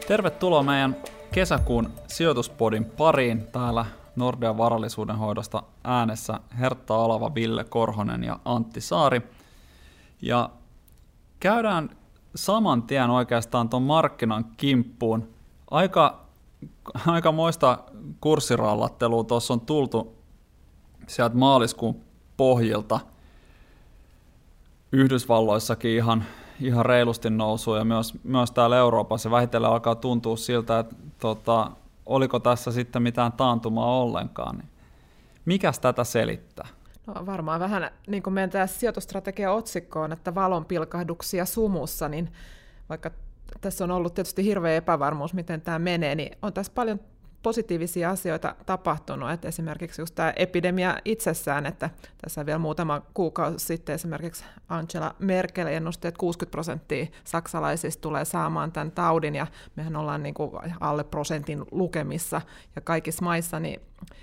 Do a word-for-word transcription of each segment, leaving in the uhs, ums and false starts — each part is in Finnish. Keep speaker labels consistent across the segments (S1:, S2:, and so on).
S1: Tervetuloa meidän kesäkuun sijoituspodin pariin. Täällä Nordean varallisuudenhoidosta äänessä Hertta Alava, Ville Korhonen ja Antti Saari. Ja käydään saman tien oikeastaan tuon markkinan kimppuun. Aika, aika moista kurssirallattelua tuossa on tultu sieltä maaliskuun pohjilta. Yhdysvalloissakin ihan, ihan reilusti nousua ja myös, myös täällä Euroopassa vähitellen alkaa tuntua siltä, että tota, oliko tässä sitten mitään taantumaa ollenkaan. Niin mikäs tätä selittää?
S2: No varmaan vähän niin kuin meidän tämä sijoitustrategian otsikko on, että valonpilkahduksia sumussa, niin vaikka tässä on ollut tietysti hirveä epävarmuus, miten tämä menee, niin on tässä paljon positiivisia asioita tapahtunut, että esimerkiksi just tämä epidemia itsessään, että tässä vielä muutama kuukausi sitten esimerkiksi Angela Merkel ennusti, että kuusikymmentä prosenttia saksalaisista tulee saamaan tämän taudin, ja mehän ollaan niin kuin alle prosentin lukemissa, ja kaikissa maissa niin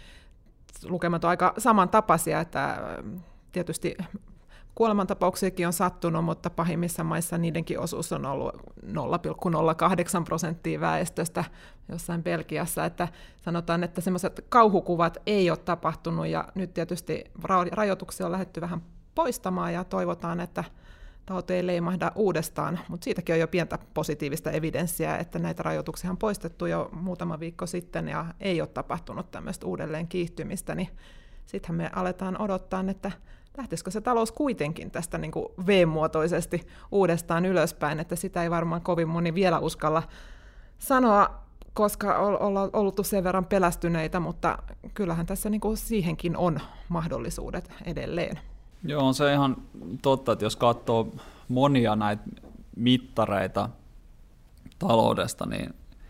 S2: lukemat on aika samantapaisia, että tietysti kuolemantapauksiakin on sattunut, mutta pahimmissa maissa niidenkin osuus on ollut nolla pilkku nolla kahdeksan prosenttia väestöstä jossain Belgiassa, että sanotaan, että semmoiset kauhukuvat ei ole tapahtunut, ja nyt tietysti rajoituksia on lähdetty vähän poistamaan, ja toivotaan, että tauti ei leimahda uudestaan, mutta siitäkin on jo pientä positiivista evidenssiä, että näitä rajoituksia on poistettu jo muutama viikko sitten, ja ei ole tapahtunut tämmöistä uudelleen kiihtymistä, niin sittenhän me aletaan odottaa, että lähtisikö se talous kuitenkin tästä niin kuin V-muotoisesti uudestaan ylöspäin, että sitä ei varmaan kovin moni vielä uskalla sanoa, koska ollaan oltu sen verran pelästyneitä, mutta kyllähän tässä niin kuin siihenkin on mahdollisuudet edelleen.
S1: Joo, on se ihan totta, että jos katsoo monia näitä mittareita taloudesta, niin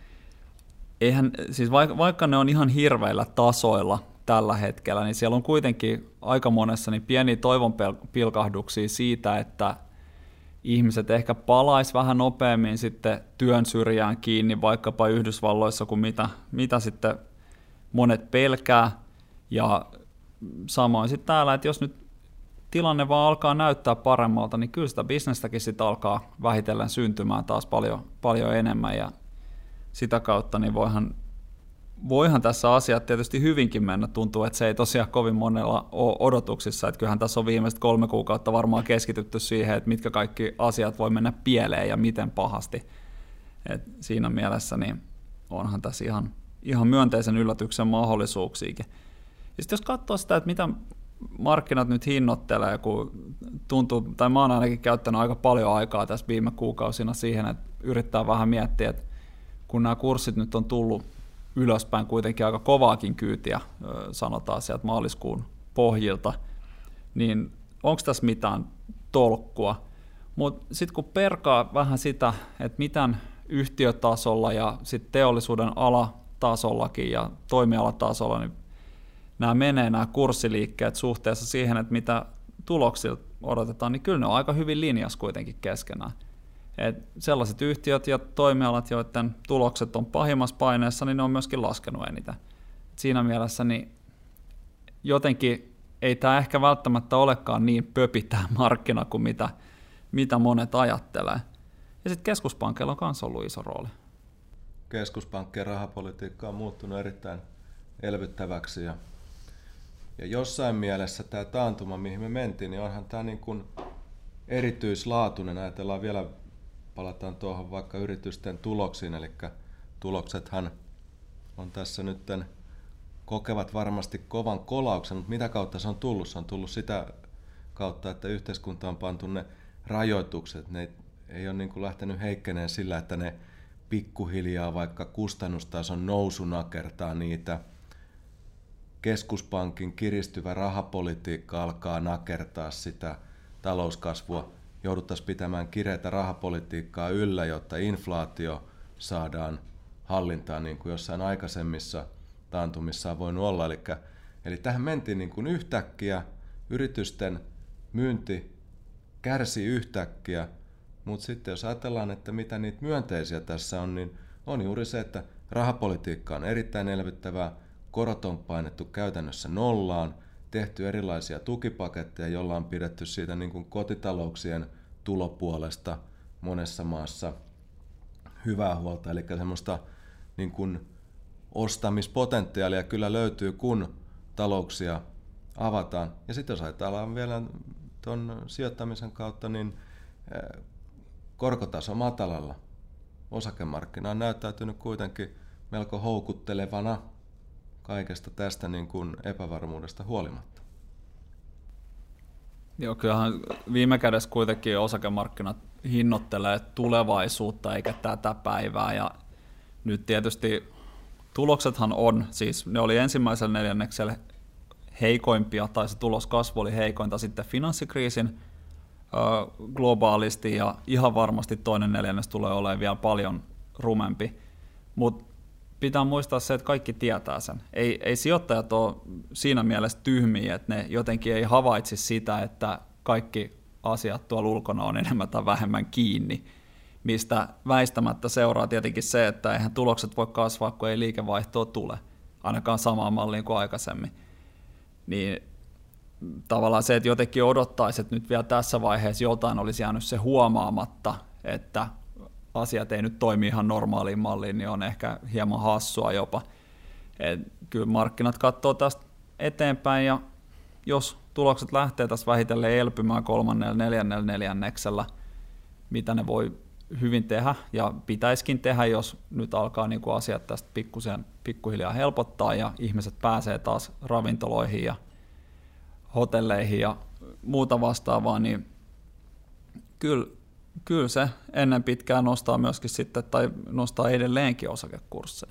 S1: eihän, siis vaikka, vaikka ne on ihan hirveillä tasoilla tällä hetkellä, niin siellä on kuitenkin aika monessa niin pieniä toivon pilkahduksia siitä, että ihmiset ehkä palaisi vähän nopeammin sitten työn syrjään kiinni vaikkapa Yhdysvalloissa kuin mitä, mitä sitten monet pelkää. Ja samoin sitten täällä, että jos nyt tilanne vaan alkaa näyttää paremmalta, niin kyllä sitä bisnestäkin sitten alkaa vähitellen syntymään taas paljon, paljon enemmän, ja sitä kautta niin voihan Voihan tässä asiat tietysti hyvinkin mennä. Tuntuu, että se ei tosiaan kovin monella ole odotuksissa. Että kyllähän tässä on viimeiset kolme kuukautta varmaan keskitytty siihen, että mitkä kaikki asiat voi mennä pieleen ja miten pahasti. Et siinä mielessä niin onhan tässä ihan, ihan myönteisen yllätyksen mahdollisuuksiakin. Ja sitten jos katsoo sitä, että mitä markkinat nyt hinnoittelee, kun tuntuu, tai mä oon ainakin käyttänyt aika paljon aikaa tässä viime kuukausina siihen, että yrittää vähän miettiä, että kun nämä kurssit nyt on tullut ylöspäin kuitenkin aika kovaakin kyytiä, sanotaan sieltä maaliskuun pohjilta, niin onko tässä mitään tolkkua? Mutta sitten kun perkaa vähän sitä, että miten yhtiötasolla ja sitten teollisuuden alatasollakin ja toimialatasolla, niin nämä menee nämä kurssiliikkeet suhteessa siihen, että mitä tuloksilta odotetaan, niin kyllä ne on aika hyvin linjassa kuitenkin keskenään. Et sellaiset yhtiöt ja toimialat, joiden tulokset on pahimmassa paineessa, niin ne on myöskin laskenut eniten. Et siinä mielessä niin jotenkin ei tämä ehkä välttämättä olekaan niin pöpitää markkina kuin mitä, mitä monet ajattelee. Ja sitten keskuspankkeilla on myös ollut iso rooli.
S3: Keskuspankkien rahapolitiikka on muuttunut erittäin elvyttäväksi. Ja, ja jossain mielessä tämä taantuma, mihin me mentiin, niin onhan tämä niin kuin erityislaatuinen. Ajatellaan vielä, palataan tuohon vaikka yritysten tuloksiin, eli tuloksethan on tässä nyt kokevat varmasti kovan kolauksen, mutta mitä kautta se on tullut? Se on tullut sitä kautta, että yhteiskunta on pantu ne rajoitukset. Ne ei, ei ole niin kuin lähtenyt heikkeneen sillä, että ne pikkuhiljaa vaikka kustannustason nousu nakertaa niitä. Keskuspankin kiristyvä rahapolitiikka alkaa nakertaa sitä talouskasvua. Jouduttaisiin pitämään kireitä rahapolitiikkaa yllä, jotta inflaatio saadaan hallintaan, niin kuin jossain aikaisemmissa taantumissa on voinut olla. Eli, eli tähän mentiin niin kuin yhtäkkiä, yritysten myynti kärsi yhtäkkiä, mutta sitten jos ajatellaan, että mitä niitä myönteisiä tässä on, niin on juuri se, että rahapolitiikka on erittäin elvyttävää, korot on painettu käytännössä nollaan, tehty erilaisia tukipaketteja, joilla on pidetty siitä niin kuin kotitalouksien tulopuolesta monessa maassa hyvää huolta, eli semmoista niin kuin ostamispotentiaalia kyllä löytyy, kun talouksia avataan. Ja sitten jos ajatellaan vielä tuon sijoittamisen kautta, niin korkotaso matalalla osakemarkkina on näyttäytynyt kuitenkin melko houkuttelevana kaikesta tästä niin kuin epävarmuudesta huolimatta.
S1: Joo, kyllähän viime kädessä kuitenkin osakemarkkinat hinnoittelee tulevaisuutta eikä tätä päivää, ja nyt tietysti tuloksethan on, siis ne oli ensimmäisellä neljänneksellä heikoimpia, tai se tuloskasvu oli heikointa sitten finanssikriisin ö, globaalisti, ja ihan varmasti toinen neljännes tulee olemaan vielä paljon rumempi, mutta pitää muistaa se, että kaikki tietää sen. Ei, ei sijoittajat ole siinä mielessä tyhmiä, että ne jotenkin ei havaitsi sitä, että kaikki asiat tuolla ulkona on enemmän tai vähemmän kiinni, mistä väistämättä seuraa tietenkin se, että eihän tulokset voi kasvaa, kun ei liikevaihtoa tule, ainakaan samaan malliin kuin aikaisemmin. Niin tavallaan se, että jotenkin odottaisi, että nyt vielä tässä vaiheessa joltain olisi jäänyt se huomaamatta, että asiat ei nyt toimi ihan normaaliin malliin, niin on ehkä hieman hassua jopa. Et kyllä markkinat katsoo tästä eteenpäin, ja jos tulokset lähtee tässä vähitellen elpymään kolmannella, neljännellä neljänneksellä, mitä ne voi hyvin tehdä ja pitäisikin tehdä, jos nyt alkaa niin kuin asiat tästä pikkuhiljaa helpottaa ja ihmiset pääsee taas ravintoloihin ja hotelleihin ja muuta vastaavaa, niin kyllä, kyllä se ennen pitkään nostaa myöskin sitten, tai nostaa edelleenkin osakekursseja.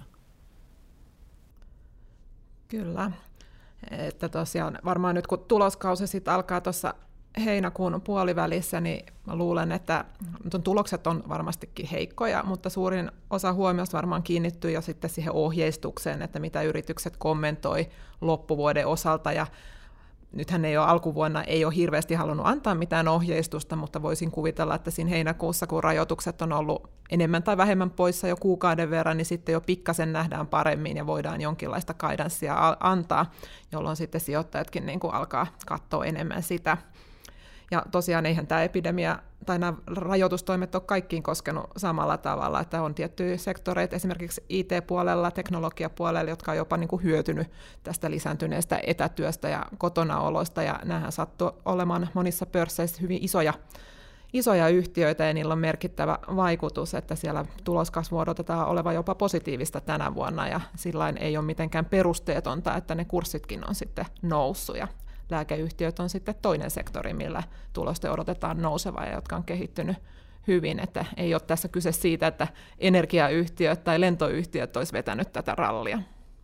S2: Kyllä. Että tosiaan varmaan nyt kun tuloskausi sitten alkaa tuossa heinäkuun puolivälissä, niin mä luulen, että tulokset on varmastikin heikkoja, mutta suurin osa huomiosta varmaan kiinnittyy jo sitten siihen ohjeistukseen, että mitä yritykset kommentoi loppuvuoden osalta, ja nythän ei ole alkuvuonna ei ole hirveästi halunnut antaa mitään ohjeistusta, mutta voisin kuvitella, että siinä heinäkuussa, kun rajoitukset on ollut enemmän tai vähemmän poissa jo kuukauden verran, niin sitten jo pikkasen nähdään paremmin ja voidaan jonkinlaista guidancea antaa, jolloin sitten sijoittajatkin niin kuin alkaa katsoa enemmän sitä. Ja tosiaan eihän tämä epidemia tai nämä rajoitustoimet ole kaikkiin koskenut samalla tavalla, että on tiettyjä sektoreita, esimerkiksi I T-puolella, teknologiapuolella, jotka on jopa niin kuin hyötynyt tästä lisääntyneestä etätyöstä ja kotonaolosta, ja nämähän sattuu olemaan monissa pörsseissä hyvin isoja, isoja yhtiöitä, ja niillä on merkittävä vaikutus, että siellä tuloskasvu odotetaan olevan jopa positiivista tänä vuonna, ja sillain ei ole mitenkään perusteetonta, että ne kurssitkin on sitten noussut, ja lääkeyhtiöt on sitten toinen sektori, millä tulosten odotetaan nousevaa ja jotka on kehittynyt hyvin, että ei ole tässä kyse siitä, että energiayhtiöt tai lentoyhtiöt olisi vetänyt tätä rallia.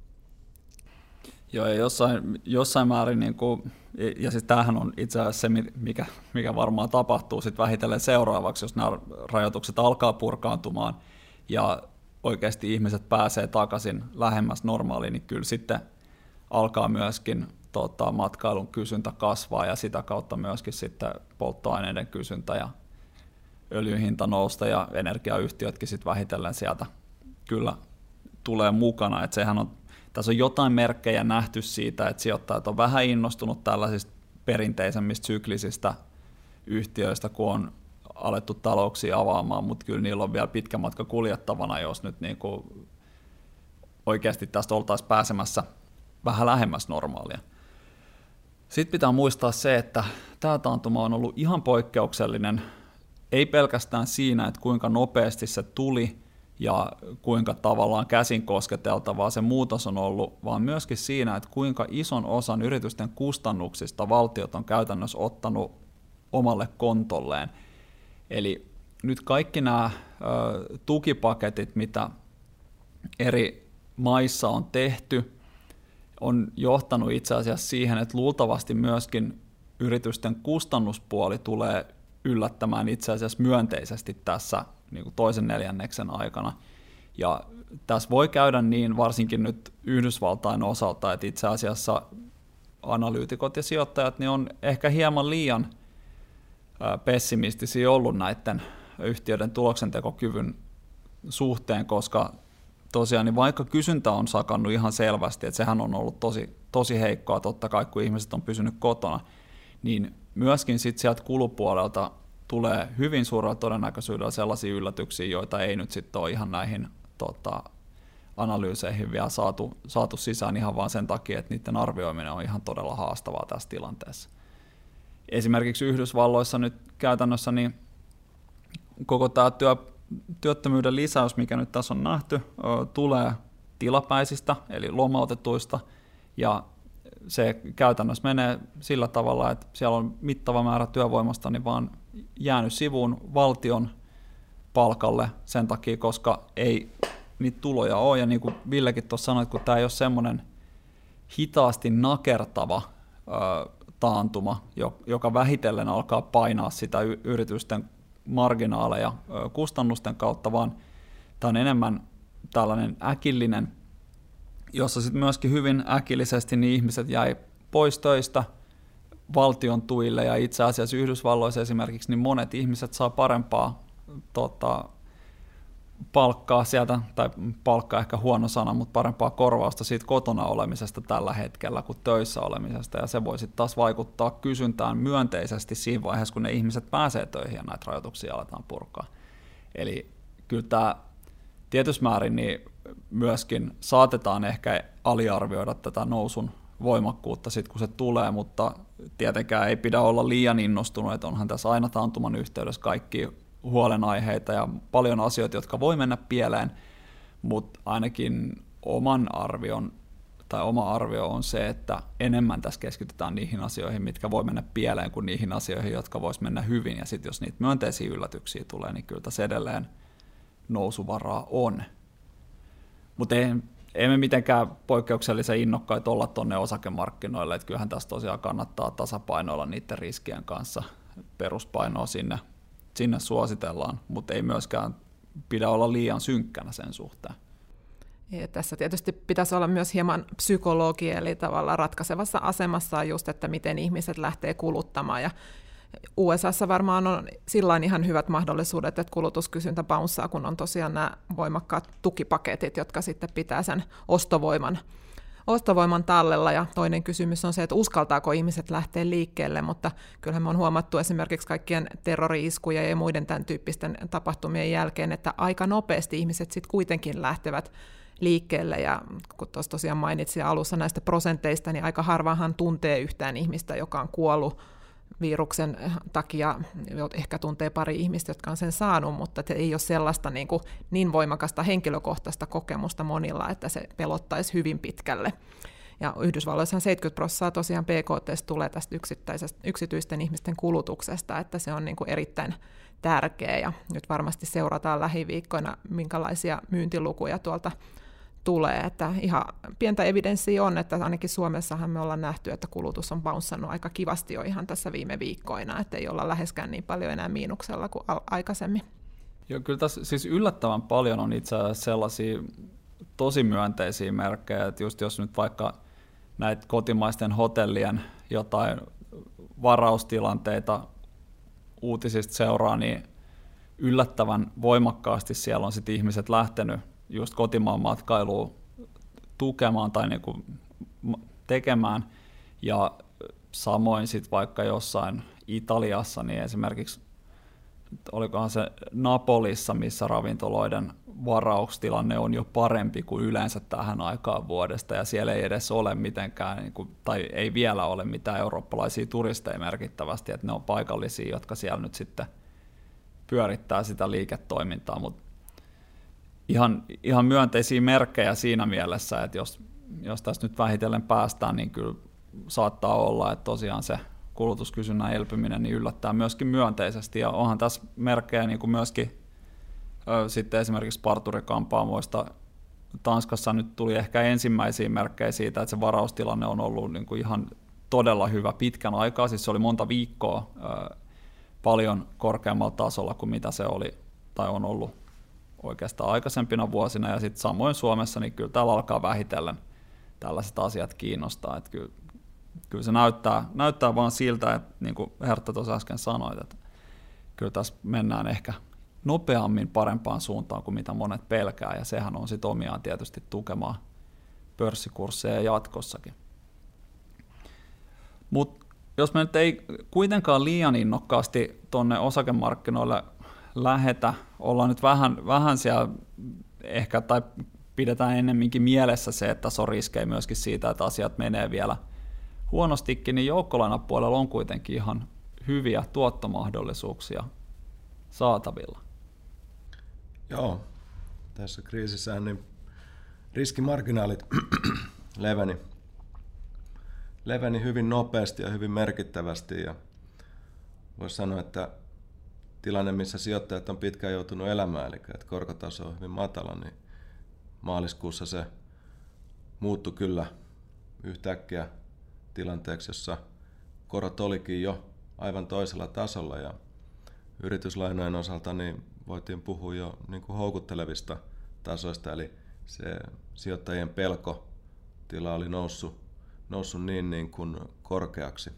S1: Joo, ja jossain, jossain määrin, niin kuin, ja siis tämähän on itse asiassa se, mikä, mikä varmaan tapahtuu sitten vähitellen seuraavaksi, jos nämä rajoitukset alkaa purkaantumaan ja oikeasti ihmiset pääsee takaisin lähemmäs normaaliin, niin kyllä sitten alkaa myöskin Tota, matkailun kysyntä kasvaa ja sitä kautta myöskin sitten polttoaineiden kysyntä ja öljyn hinta nousta ja energiayhtiötkin sitten vähitellen sieltä kyllä tulee mukana. Et sehän on, tässä on jotain merkkejä nähty siitä, että sijoittajat on vähän innostunut tällaisista perinteisemmistä syklisistä yhtiöistä, kun on alettu talouksia avaamaan, mutta kyllä niillä on vielä pitkä matka kuljettavana, jos nyt niinku oikeasti tästä oltaisiin pääsemässä vähän lähemmäs normaalia. Sitten pitää muistaa se, että tämä taantuma on ollut ihan poikkeuksellinen, ei pelkästään siinä, että kuinka nopeasti se tuli ja kuinka tavallaan käsin kosketeltavaa se muutos on ollut, vaan myöskin siinä, että kuinka ison osan yritysten kustannuksista valtiot on käytännössä ottanut omalle kontolleen. Eli nyt kaikki nämä ö, tukipaketit, mitä eri maissa on tehty, on johtanut itse asiassa siihen, että luultavasti myöskin yritysten kustannuspuoli tulee yllättämään itse asiassa myönteisesti tässä niin kuin toisen neljänneksen aikana. Ja tässä voi käydä niin, varsinkin nyt Yhdysvaltain osalta, että itse asiassa analyytikot ja sijoittajat niin on ehkä hieman liian pessimistisiä ollut näiden yhtiöiden tuloksentekokyvyn suhteen, koska tosiaan, niin vaikka kysyntä on sakannut ihan selvästi, että sehän on ollut tosi, tosi heikkoa totta kai, kun ihmiset on pysynyt kotona, niin myöskin sit sieltä kulupuolelta tulee hyvin suurella todennäköisyydellä sellaisia yllätyksiä, joita ei nyt sitten ole ihan näihin tota, analyyseihin vielä saatu, saatu sisään ihan vaan sen takia, että niiden arvioiminen on ihan todella haastavaa tässä tilanteessa. Esimerkiksi Yhdysvalloissa nyt käytännössä niin koko tämä työ, työttömyyden lisäys, mikä nyt tässä on nähty, tulee tilapäisistä, eli lomautetuista, ja se käytännössä menee sillä tavalla, että siellä on mittava määrä työvoimasta niin vaan jäänyt sivuun valtion palkalle sen takia, koska ei niitä tuloja ole, ja niin kuin Villekin tuossa sanoi, kun tämä ei ole semmoinen hitaasti nakertava ö, taantuma, joka vähitellen alkaa painaa sitä y- yritysten marginaaleja ö, kustannusten kautta, vaan tämä on enemmän tällainen äkillinen, jossa sitten myöskin hyvin äkillisesti niin ihmiset jäi pois töistä valtion tuille, ja itse asiassa Yhdysvalloissa esimerkiksi niin monet ihmiset saa parempaa tota, palkkaa sieltä, tai palkka ehkä huono sana, mutta parempaa korvausta siitä kotona olemisesta tällä hetkellä kuin töissä olemisesta, ja se voi sitten taas vaikuttaa kysyntään myönteisesti siinä vaiheessa, kun ne ihmiset pääsee töihin ja näitä rajoituksia aletaan purkaa. Eli kyllä tämä tietyssä määrin niin myöskin saatetaan ehkä aliarvioida tätä nousun voimakkuutta sitten, kun se tulee, mutta tietenkään ei pidä olla liian innostunut, että onhan tässä aina taantuman yhteydessä kaikki huolenaiheita ja paljon asioita, jotka voi mennä pieleen, mutta ainakin oman arvion tai oma arvio on se, että enemmän tässä keskitytään niihin asioihin, mitkä voi mennä pieleen, kuin niihin asioihin, jotka vois mennä hyvin, ja sitten jos niitä myönteisiä yllätyksiä tulee, niin kyllä tässä edelleen nousuvaraa on. Mutta ei, ei me mitenkään poikkeuksellisen innokkaita olla tuonne osakemarkkinoille, että kyllähän tässä tosiaan kannattaa tasapainoilla niiden riskien kanssa, peruspainoa sinne, sinne suositellaan, mutta ei myöskään pidä olla liian synkkänä sen suhteen.
S2: Ja tässä tietysti pitäisi olla myös hieman psykologia, eli tavallaan ratkaisevassa asemassa on just, että miten ihmiset lähtee kuluttamaan. Ja U S A:ssa varmaan on sillain ihan hyvät mahdollisuudet, että kulutuskysyntä bounssaa, kun on tosiaan nämä voimakkaat tukipaketit, jotka sitten pitää sen ostovoiman, ostovoiman tallella. Ja toinen kysymys on se, että uskaltaako ihmiset lähteä liikkeelle, mutta kyllähän me on huomattu esimerkiksi kaikkien terrori-iskuja ja muiden tämän tyyppisten tapahtumien jälkeen, että aika nopeasti ihmiset sitten kuitenkin lähtevät liikkeelle, ja kun tuossa tosiaan mainitsin alussa näistä prosenteista, niin aika harvahan tuntee yhtään ihmistä, joka on kuollut viruksen takia, ehkä tuntee pari ihmistä, jotka on sen saanut, mutta ei ole sellaista niin, kuin niin voimakasta henkilökohtaista kokemusta monilla, että se pelottaisi hyvin pitkälle. Ja Yhdysvalloissa seitsemänkymmentä prosenttia tosiaan B K T tulee tästä yksityisten ihmisten kulutuksesta, että se on niin kuin erittäin tärkeä, ja nyt varmasti seurataan lähiviikkoina, minkälaisia myyntilukuja tuolta tulee, että ihan pientä evidenssiä on, että ainakin Suomessahan me ollaan nähty, että kulutus on bounssannut aika kivasti jo ihan tässä viime viikkoina, että ei olla läheskään niin paljon enää miinuksella kuin aikaisemmin.
S1: Joo, kyllä tässä siis yllättävän paljon on itse asiassa sellaisia tosi myönteisiä merkkejä, että just jos nyt vaikka näitä kotimaisten hotellien jotain varaustilanteita uutisista seuraa, niin yllättävän voimakkaasti siellä on sitten ihmiset lähtenyt just kotimaan matkailua tukemaan tai niinku tekemään, ja samoin sitten vaikka jossain Italiassa, niin esimerkiksi olikohan se Napolissa, missä ravintoloiden varaustilanne on jo parempi kuin yleensä tähän aikaan vuodesta, ja siellä ei edes ole mitenkään, niinku, tai ei vielä ole mitään eurooppalaisia turisteja merkittävästi, että ne on paikallisia, jotka siellä nyt sitten pyörittää sitä liiketoimintaa, mutta Ihan, ihan myönteisiä merkkejä siinä mielessä, että jos, jos tässä nyt vähitellen päästään, niin kyllä saattaa olla, että tosiaan se kulutuskysynnän elpyminen niin yllättää myöskin myönteisesti, ja onhan tässä merkkejä niin kuin myöskin ö, sitten esimerkiksi parturikampaamoista. Tanskassa nyt tuli ehkä ensimmäisiä merkkejä siitä, että se varaustilanne on ollut niin kuin ihan todella hyvä pitkän aikaa, siis se oli monta viikkoa ö, paljon korkeammalla tasolla kuin mitä se oli tai on ollut oikeastaan aikaisempina vuosina, ja sitten samoin Suomessa, niin kyllä täällä alkaa vähitellen tällaiset asiat kiinnostaa, että kyllä, kyllä se näyttää, näyttää vaan siltä, että niin kuin Hertta tuossa äsken sanoit, että kyllä tässä mennään ehkä nopeammin parempaan suuntaan kuin mitä monet pelkää, ja sehän on sitten omiaan tietysti tukemaan pörssikursseja jatkossakin. Mutta jos me nyt ei kuitenkaan liian innokkaasti tuonne osakemarkkinoille lähetä, ollaan nyt vähän, vähän siellä ehkä, tai pidetään ennemminkin mielessä se, että tässä on riskejä myöskin siitä, että asiat menee vielä huonostikin, niin joukkolainapuolella on kuitenkin ihan hyviä tuottomahdollisuuksia saatavilla.
S3: Joo, tässä kriisissä niin riskimarginaalit leveni, leveni hyvin nopeasti ja hyvin merkittävästi, ja voisi sanoa, että tilanne, missä sijoittajat on pitkään joutunut elämään, eli että korkotaso on hyvin matala, niin maaliskuussa se muuttui kyllä yhtäkkiä tilanteeksi, jossa korot olikin jo aivan toisella tasolla, ja yrityslainojen osalta niin voitiin puhua jo niin kuin houkuttelevista tasoista, eli se sijoittajien pelkotila oli noussut, noussut niin, niin kuin korkeaksi.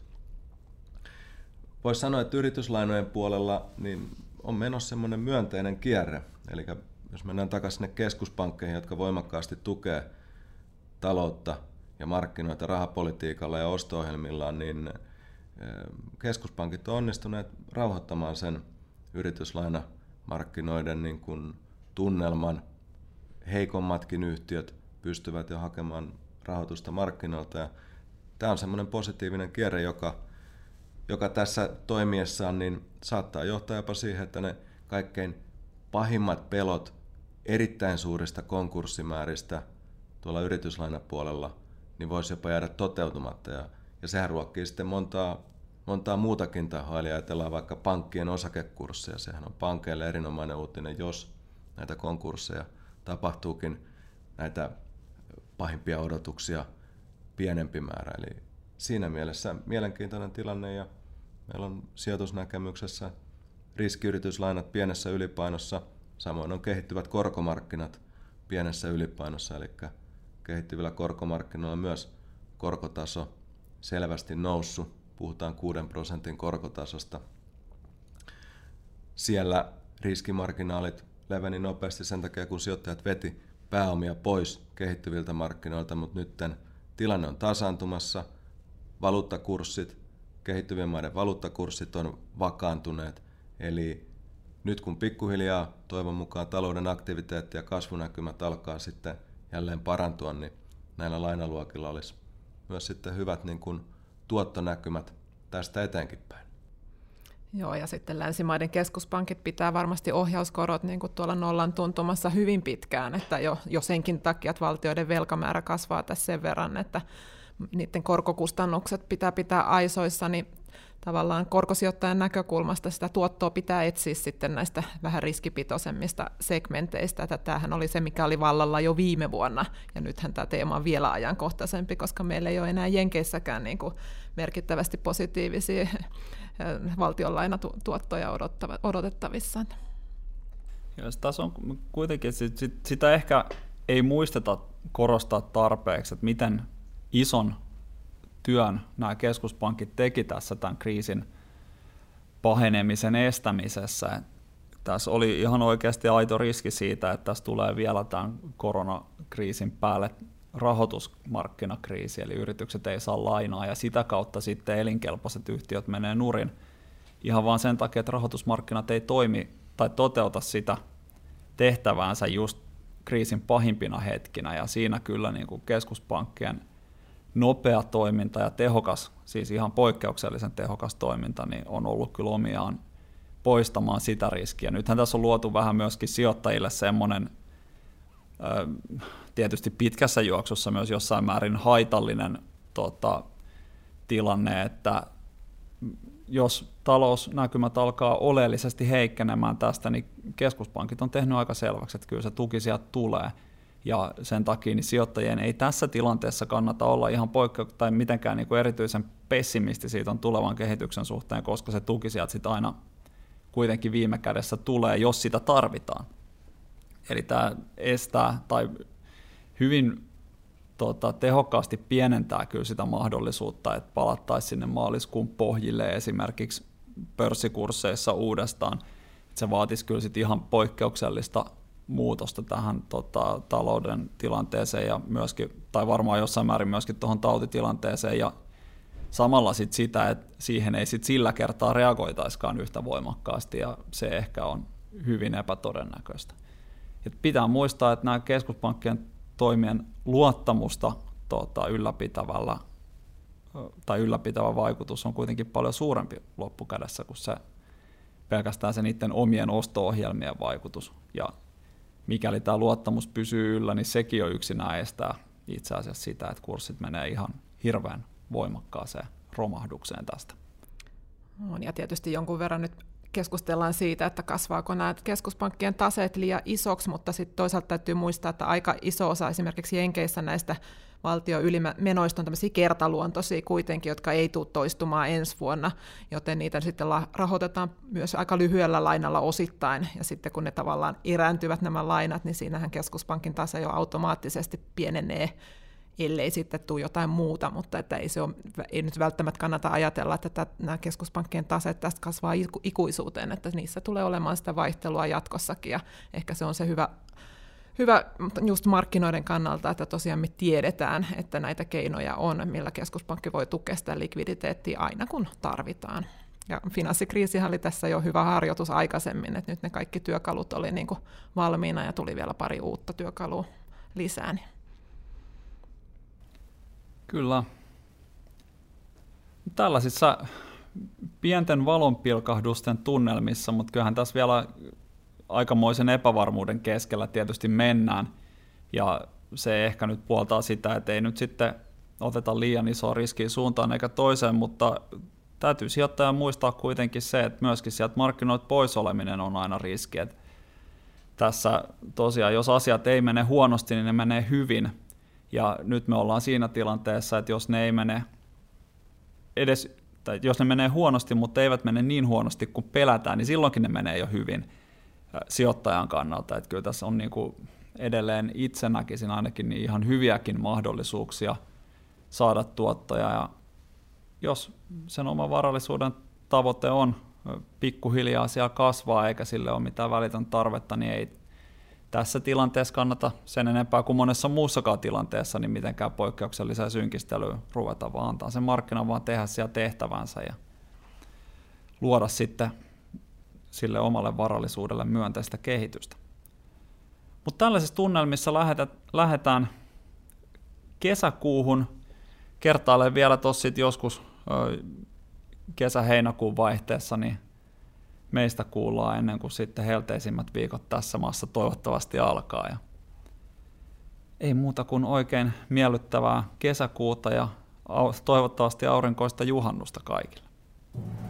S3: Voisi sanoa, että yrityslainojen puolella niin on menossa semmoinen myönteinen kierre, eli jos mennään takaisin sinne keskuspankkeihin, jotka voimakkaasti tukee taloutta ja markkinoita rahapolitiikalla ja osto-ohjelmillaan, niin keskuspankit on onnistuneet rauhoittamaan sen yrityslainamarkkinoiden niin kuin tunnelman. Heikommatkin yhtiöt pystyvät jo hakemaan rahoitusta markkinoilta. Ja tämä on semmoinen positiivinen kierre, joka, joka tässä toimiessaan niin saattaa johtaa jopa siihen, että ne kaikkein pahimmat pelot erittäin suurista konkurssimääristä tuolla yrityslainapuolella niin voisi jopa jäädä toteutumatta. Ja, ja sehän ruokkii sitten montaa, montaa muutakin tahoa, eli ajatellaan vaikka pankkien osakekursseja. Sehän on pankeille erinomainen uutinen, jos näitä konkursseja tapahtuukin näitä pahimpia odotuksia pienempi määrä. Eli siinä mielessä mielenkiintoinen tilanne, ja meillä on sijoitusnäkemyksessä riskiyrityslainat pienessä ylipainossa, samoin on kehittyvät korkomarkkinat pienessä ylipainossa, eli kehittyvillä korkomarkkinoilla myös korkotaso selvästi noussut, puhutaan kuuden prosentin korkotasosta. Siellä riskimarginaalit leveni nopeasti sen takia, kun sijoittajat veti pääomia pois kehittyviltä markkinoilta, mutta nyt tilanne on tasaantumassa, valuuttakurssit, kehittyvien maiden valuuttakurssit on vakaantuneet, eli nyt kun pikkuhiljaa toivon mukaan talouden aktiviteetti ja kasvunäkymät alkaa sitten jälleen parantua, niin näillä lainaluokilla olisi myös sitten hyvät niin kuin tuottonäkymät tästä eteenkin päin.
S2: Joo, ja sitten länsimaiden keskuspankit pitää varmasti ohjauskorot niin kuin tuolla nollan tuntumassa hyvin pitkään, että jo, jo senkin takia, että valtioiden velkamäärä kasvaa tässä sen verran, että niiden korkokustannukset pitää pitää aisoissa, niin tavallaan korkosijoittajan näkökulmasta sitä tuottoa pitää etsiä sitten näistä vähän riskipitoisemmista segmenteistä. Että tämähän oli se, mikä oli vallalla jo viime vuonna, ja nythän tämä teema on vielä ajankohtaisempi, koska meillä ei ole enää Jenkeissäkään niin kuin merkittävästi positiivisia valtionlainatuottoja odotettavissa.
S1: Jos tässä on kuitenkin, sitä ehkä ei muisteta korostaa tarpeeksi, että miten ison työn nämä keskuspankit teki tässä tämän kriisin pahenemisen estämisessä. Tässä oli ihan oikeasti aito riski siitä, että tässä tulee vielä tämän koronakriisin päälle rahoitusmarkkinakriisi, eli yritykset ei saa lainaa, ja sitä kautta sitten elinkelpoiset yhtiöt menee nurin ihan vaan sen takia, että rahoitusmarkkinat ei toimi tai toteuta sitä tehtäväänsä just kriisin pahimpina hetkinä, ja siinä kyllä niin kuin keskuspankkien nopea toiminta ja tehokas, siis ihan poikkeuksellisen tehokas toiminta, niin on ollut kyllä omiaan poistamaan sitä riskiä. Nythän tässä on luotu vähän myöskin sijoittajille semmoinen tietysti pitkässä juoksussa myös jossain määrin haitallinen tota, tilanne, että jos talousnäkymät alkaa oleellisesti heikkenemään tästä, niin keskuspankit on tehnyt aika selväksi, että kyllä se tuki sieltä tulee. Ja sen takia niin sijoittajien ei tässä tilanteessa kannata olla ihan poikkeu- tai mitenkään niin kuin erityisen pessimisti siitä on tulevan kehityksen suhteen, koska se tuki sieltä sit aina kuitenkin viime kädessä tulee, jos sitä tarvitaan. Eli tämä estää tai hyvin tota, tehokkaasti pienentää kyllä sitä mahdollisuutta, että palattaisiin sinne maaliskuun pohjille esimerkiksi pörssikursseissa uudestaan. Et se vaatisi kyllä sit ihan poikkeuksellista muutosta tähän tota, talouden tilanteeseen ja myöskin, tai varmaan jossain määrin myöskin tuohon tautitilanteeseen ja samalla sit sitä, että siihen ei sit sillä kertaa reagoitaiskaan yhtä voimakkaasti, ja se ehkä on hyvin epätodennäköistä. Et pitää muistaa, että nämä keskuspankkien toimien luottamusta tota, ylläpitävällä tai ylläpitävä vaikutus on kuitenkin paljon suurempi loppukädessä kuin se pelkästään se niiden omien osto-ohjelmien vaikutus. Ja mikäli tämä luottamus pysyy yllä, niin sekin jo yksinään estää itse asiassa sitä, että kurssit menee ihan hirveän voimakkaaseen romahdukseen tästä.
S2: On, ja tietysti jonkun verran nyt keskustellaan siitä, että kasvaako nämä keskuspankkien taseet liian isoksi, mutta sitten toisaalta täytyy muistaa, että aika iso osa esimerkiksi Jenkeissä näistä valtion ylimenoista on tämmöisiä kertaluontoisia kuitenkin, jotka ei tule toistumaan ensi vuonna, joten niitä sitten rahoitetaan myös aika lyhyellä lainalla osittain, ja sitten kun ne tavallaan erääntyvät nämä lainat, niin siinähän keskuspankin tase jo automaattisesti pienenee, ellei sitten tule jotain muuta, mutta että ei, se ole, ei nyt välttämättä kannata ajatella, että tätä, nämä keskuspankkien taseet tästä kasvaa ikuisuuteen, että niissä tulee olemaan sitä vaihtelua jatkossakin, ja ehkä se on se hyvä, hyvä just markkinoiden kannalta, että tosiaan me tiedetään, että näitä keinoja on, millä keskuspankki voi tukea sitä likviditeettiä aina kun tarvitaan. Ja finanssikriisihän oli tässä jo hyvä harjoitus aikaisemmin, että nyt ne kaikki työkalut oli niin kuin valmiina ja tuli vielä pari uutta työkalua lisää.
S1: Kyllä. Tällaisissa pienten valonpilkahdusten tunnelmissa, mutta kyllähän tässä vielä aikamoisen epävarmuuden keskellä tietysti mennään, ja se ehkä nyt puoltaa sitä, että ei nyt sitten oteta liian isoa riskiä suuntaan eikä toiseen, mutta täytyy sijoittajan muistaa kuitenkin se, että myöskin sieltä markkinoilta pois oleminen on aina riski. Että tässä tosiaan, jos asiat ei mene huonosti, niin ne menee hyvin, ja nyt me ollaan siinä tilanteessa, että jos ne ei mene edes, tai jos ne menee huonosti, mutta eivät mene niin huonosti kuin pelätään, niin silloinkin ne menee jo hyvin sijoittajan kannalta. Että kyllä tässä on niin kuin edelleen itse näkisin ainakin niin ihan hyviäkin mahdollisuuksia saada tuottoja, ja jos sen oman varallisuuden tavoite on pikkuhiljaa siellä kasvaa eikä sille ole mitään välitön tarvetta, niin ei tässä tilanteessa kannata sen enempää kuin monessa muussakaan tilanteessa niin mitenkään poikkeukselliseen synkistelyyn ruveta, vaan antaa sen markkinan vaan tehdä siellä tehtävänsä ja luoda sitten sille omalle varallisuudelle myönteistä kehitystä. Mutta tällaisissa tunnelmissa lähdetään kesäkuuhun, kertaalleen vielä tuossa joskus kesä-heinäkuun vaihteessa, niin meistä kuullaan ennen kuin sitten helteisimmät viikot tässä maassa toivottavasti alkaa. Ja ei muuta kuin oikein miellyttävää kesäkuuta ja toivottavasti aurinkoista juhannusta kaikille.